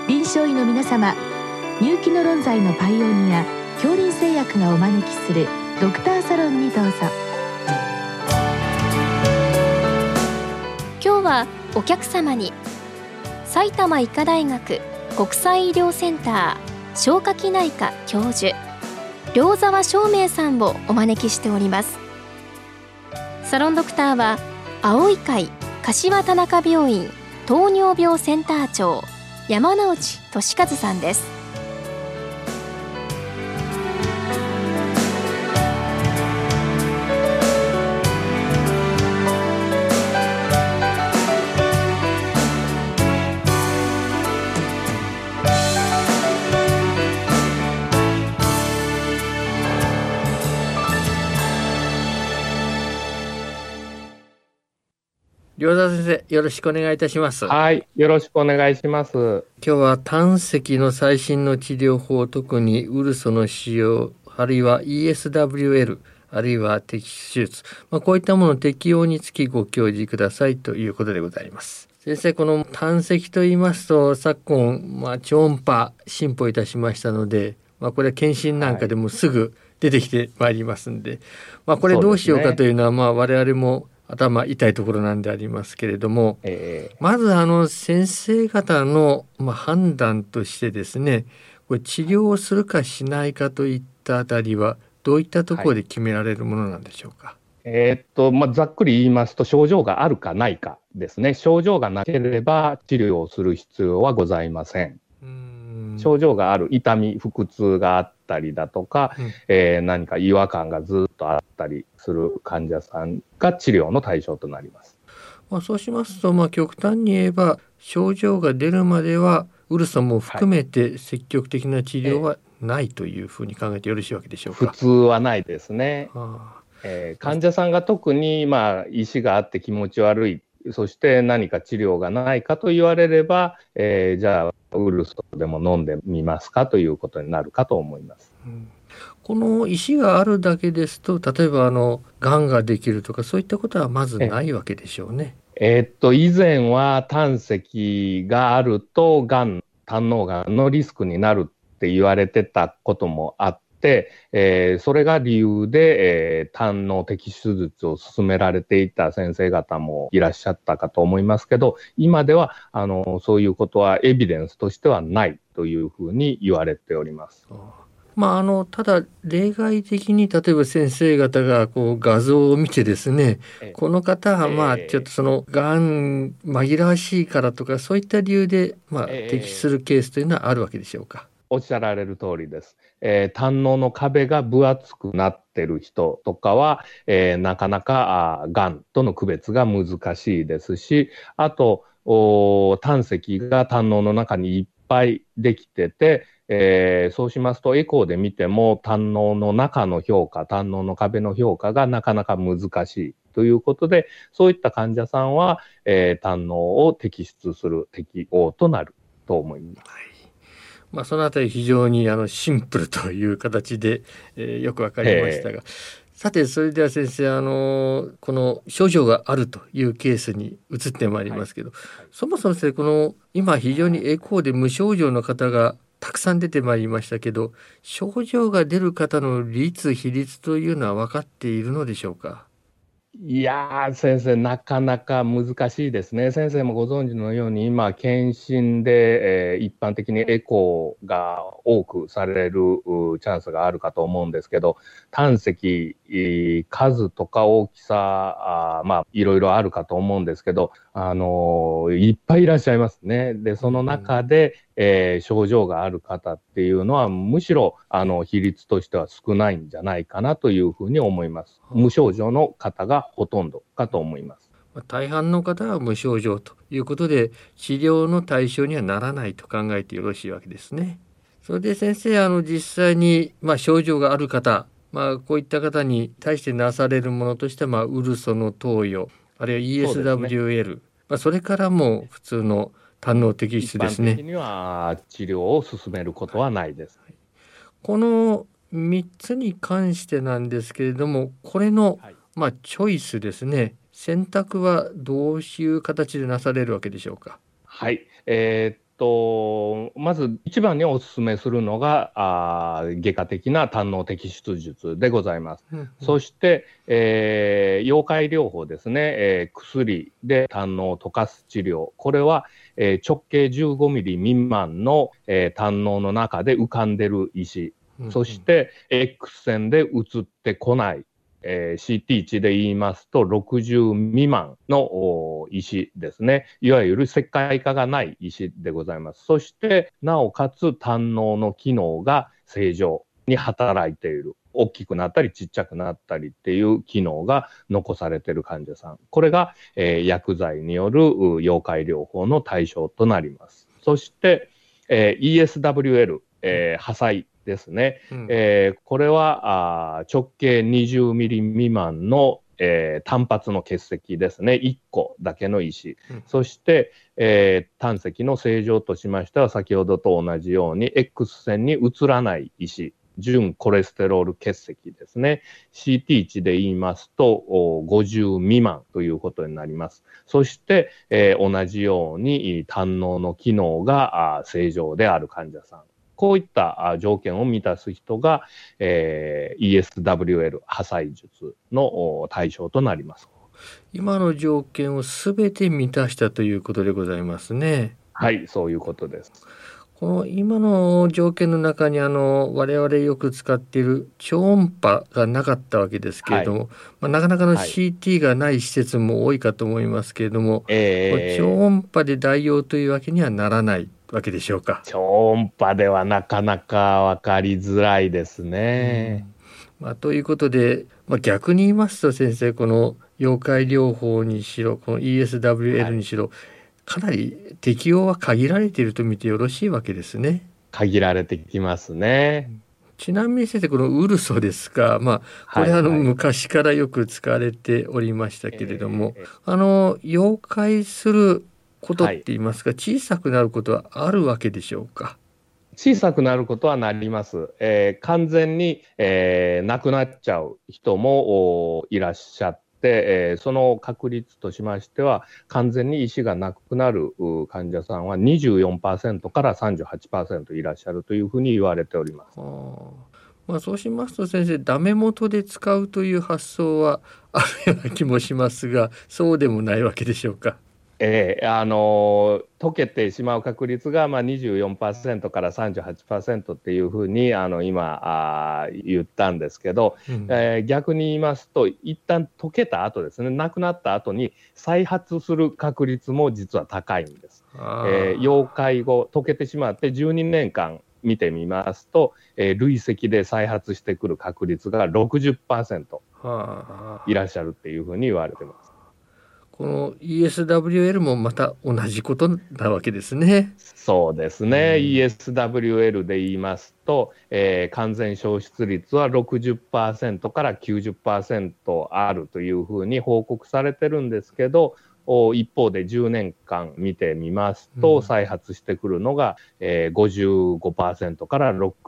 臨床医の皆様、入気の論剤のパイオニア杏林製薬がお招きするドクターサロンにどうぞ。 今日はお客様に埼玉医科大学国際医療センター消化器内科教授両沢照明さんをお招きしております。サロンドクターは青い会柏田中病院糖尿病センター長山内俊和さんです。 両沢先生、よろしくお願いいたします。 はい、よろしくお願いします。 今日は胆石の最新の治療法、特にウルソの使用、あるいは ESWL、あるいは摘出手術、こういったものの適用につきご教示くださいということでございます。先生、この胆石と言いますと、昨今、超音波進歩いたしましたので、これは検診なんかでもすぐ出てきてまいりますんで、これどうしようかというのは、我々も頭痛いところなんでありますけれども、まず先生方の判断としてですね、これ治療をするかしないかといったあたりはどういったところで決められるものなんでしょうか。 ざっくり言いますと、症状があるかないかですね。症状がなければ治療をする必要はございません。症状がある、痛み腹痛があったりだとか、何か違和感がずっとあったりする患者さんが治療の対象となります。 そうしますと、極端に言えば症状が出るまではウルソンも含めて積極的な治療はないというふうに考えてよろしいわけでしょうか。 普通はないですね。患者さんが特に意思があって気持ち悪い、そして何か治療がないかと言われれば、じゃあウルソでも飲んでみますかということになるかと思います。 この石があるだけですと、例えばがんができるとかそういったことはまずないわけでしょうね。 以前は胆石があると胆のうがんのリスクになるって言われてたこともあって、それが理由で、胆の摘出手術を進められていた先生方もいらっしゃったかと思いますけど、今ではそういうことはエビデンスとしてはないというふうに言われております。 ただ例外的に例えば先生方が画像を見てですね、この方はちょっとそのがん紛らわしいからとかそういった理由で摘出するケースというのはあるわけでしょうか。 おっしゃられる通りです。胆のうの壁が分厚くなってる人とかは、なかなかがんとの区別が難しいですし、あと胆石が胆のうの中にいっぱいできてて、そうしますとエコーで見ても胆のうの中の評価、胆のうの壁の評価がなかなか難しいということで、そういった患者さんは、胆のうを摘出する適応となると思います。 そのあたり非常にシンプルという形で、よくわかりましたが、さてそれでは先生、この症状があるというケースに移ってまいりますけど、そもそもこの今非常にエコーで無症状の方がたくさん出てまいりましたけど、症状が出る方の比率というのは分かっているのでしょうか。 いやー先生、なかなか難しいですね。先生もご存知のように今検診で、一般的にエコーが多くされるチャンスがあるかと思うんですけど、胆石数とか大きさいろいろあるかと思うんですけど、いっぱいいらっしゃいますね。でその中で、症状がある方っていうのはむしろ比率としては少ないんじゃないかなというふうに思います。無症状の方がほとんどかと思います。 大半の方は無症状ということで治療の対象にはならないと考えてよろしいわけですね。それで先生、実際に症状がある方、こういった方に対してなされるものとしては、ウルソの投与、あるいは ESWL、それからも普通の胆のう摘出ですね。 一般的には治療を進めることはないです。 この3つに関してなんですけれども、これの、チョイスですね、選択はどういう形でなされるわけでしょうか。 はい、 まず一番にお勧めするのが外科的な胆の摘出術でございます。そして、溶解療法ですね、薬で胆のを溶かす治療、これは、直径15ミリ未満の、胆のの中で浮かんでる石、そして X 線で映ってこない、CT 値で言いますと60未満の石ですね。いわゆる石灰化がない石でございます。そしてなおかつ胆のの機能が正常に働いている。大きくなったりちっちゃくなったりっていう機能が残されている患者さん。これが、薬剤による溶解療法の対象となります。そして、ESWL、破砕ですね。これは直径20ミリ未満の、単発の結石ですね。1個だけの石。そして、胆石の正常としましては先ほどと同じように X 線に映らない石。純コレステロール結石ですね。CT 値で言いますと50未満ということになります。そして、同じように胆のの機能が正常である患者さん。こういった条件を満たす人が、ESWL 破砕術の対象となります。 今の条件をすべて満たしたということでございますね。 はい、そういうことです。 この今の条件の中に我々よく使っている超音波がなかったわけですけれども、なかなかの CT がない施設も多いかと思いますけれども、超音波で代用というわけにはならないわけでしょうか。 超音波ではなかなか分かりづらいですね。 ということで、逆に言いますと先生、この溶解療法にしろこの ESWL にしろ、かなり適用は限られていると見てよろしいわけですね。 限られてきますね。 ちなみに先生、このウルソですが、これは昔からよく使われておりましたけれども、溶解することって言いますか、小さくなることはあるわけでしょうか。 小さくなることはなります。完全に、なくなっちゃう人もいらっしゃって、その確率としましては完全に石がなくなる患者さんは 24% から 38% いらっしゃるというふうに言われております。 そうしますと先生、ダメ元で使うという発想はあるような気もしますが、そうでもないわけでしょうか。 溶けてしまう確率が24% から 38% っていうふうに今言ったんですけど、逆に言いますと一旦溶けた後ですね、なくなった後に再発する確率も実は高いんです。溶解後溶けてしまって12年間見てみますと、累積で再発してくる確率が 60% いらっしゃるっていうふうに言われてます。 この ESWL もまた同じことなわけですね。 そうですね。ESWL で言いますと、完全消失率は 60% から 90% あるというふうに報告されてるんですけど、一方で10年間見てみますと、再発してくるのが、55% から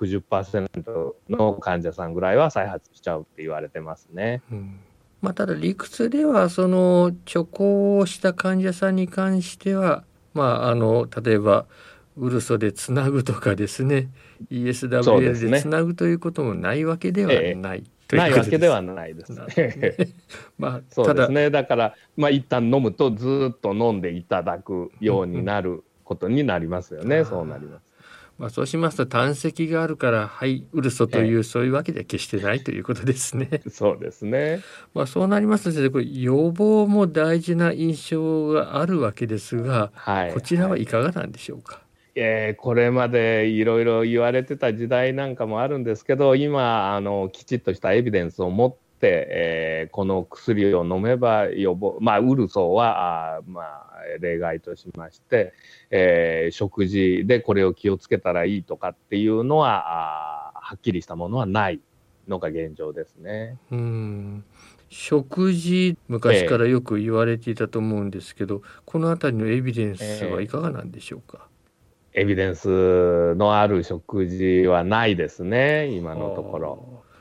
60% の患者さんぐらいは再発しちゃうって言われてますね。 ただ理屈ではその処方をした患者さんに関しては、例えばウルソでつなぐとかですね、 ESWL でつなぐということもないわけではない、 ないわけではないですね。そうですね。だから一旦飲むとずっと飲んでいただくようになることになりますよね。そうなります。 そうしますと胆石があるからウルソという、そういうわけでは決してないということですね。 そうですね。 そうなりますとこれ予防も大事な印象があるわけですが、こちらはいかがなんでしょうか。 これまでいろいろ言われてた時代なんかもあるんですけど、今きちっとしたエビデンスを持って、この薬を飲めば予防、ウルソは例外としまして、食事でこれを気をつけたらいいとかっていうのははっきりしたものはないのが現状ですね。 食事、昔からよく言われていたと思うんですけど、このあたりのエビデンスはいかがなんでしょうか。 エビデンスのある食事はないですね、今のところ。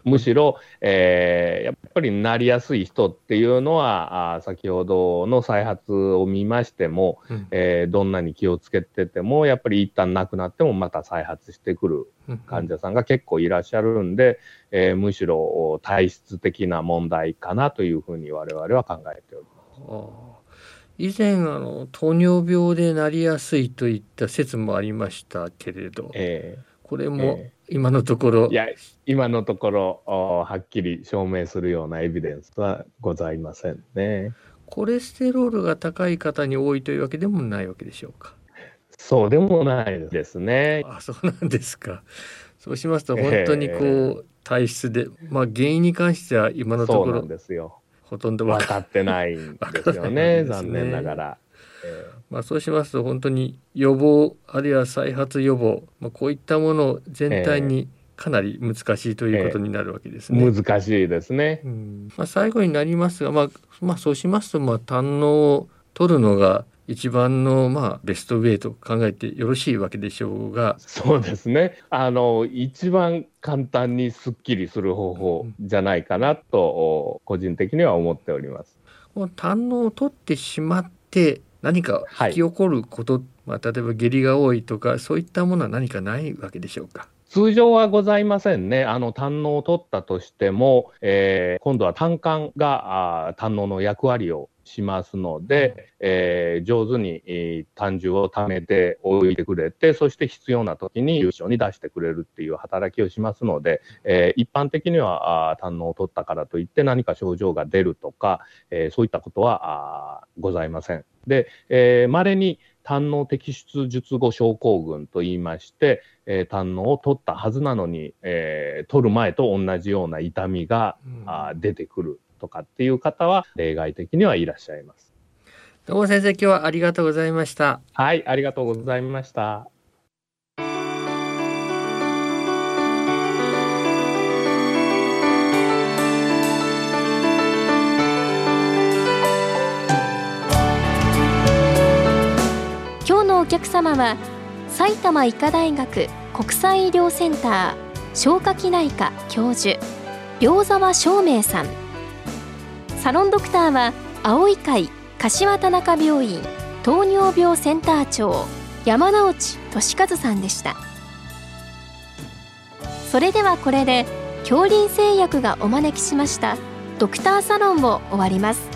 むしろ、やっぱりなりやすい人っていうのは、先ほどの再発を見ましても、どんなに気をつけてても、やっぱり一旦なくなってもまた再発してくる患者さんが結構いらっしゃるんで、むしろ体質的な問題かなというふうに我々は考えております。 以前糖尿病でなりやすいといった説もありましたけれど、これも今のところ、 いや今のところはっきり証明するようなエビデンスはございませんね。 コレステロールが高い方に多いというわけでもないわけでしょうか。 そうでもないですね。 そうなんですか。そうしますと本当に体質で、原因に関しては今のところそうなんですよ。 ほとんど分かってないんですよね。残念ながら。 そうしますと本当に予防あるいは再発予防、こういったもの全体にかなり難しいということになるわけですね。 難しいですね。 最後になりますが、そうしますと胆のうを取るのが一番のベストウェイと考えてよろしいわけでしょうが。 そうですね。一番簡単にすっきりする方法じゃないかなと個人的には思っております。 胆のうを取ってしまって何か引き起こること、例えば下痢が多いとかそういったものは何かないわけでしょうか。 通常はございませんね。胆のうを取ったとしても、今度は胆管が胆のうの役割をしますので、上手に胆汁を溜めておいてくれて、そして必要な時に流暢に出してくれるっていう働きをしますので、一般的には胆のうを取ったからといって何か症状が出るとか、そういったことはございません。で、稀に胆のう摘出術後症候群といいまして、胆のうを取ったはずなのに、取る前と同じような痛みが、出てくるとかっていう方は例外的にはいらっしゃいます。 どうも先生、今日はありがとうございました。 はい、ありがとうございました。 今日のお客様は埼玉医科大学国際医療センター消化器内科教授両沢照明さん、サロンドクターは青い会柏田中病院糖尿病センター長山内俊和さんでした。それではこれで杏林製薬がお招きしましたドクターサロンを終わります。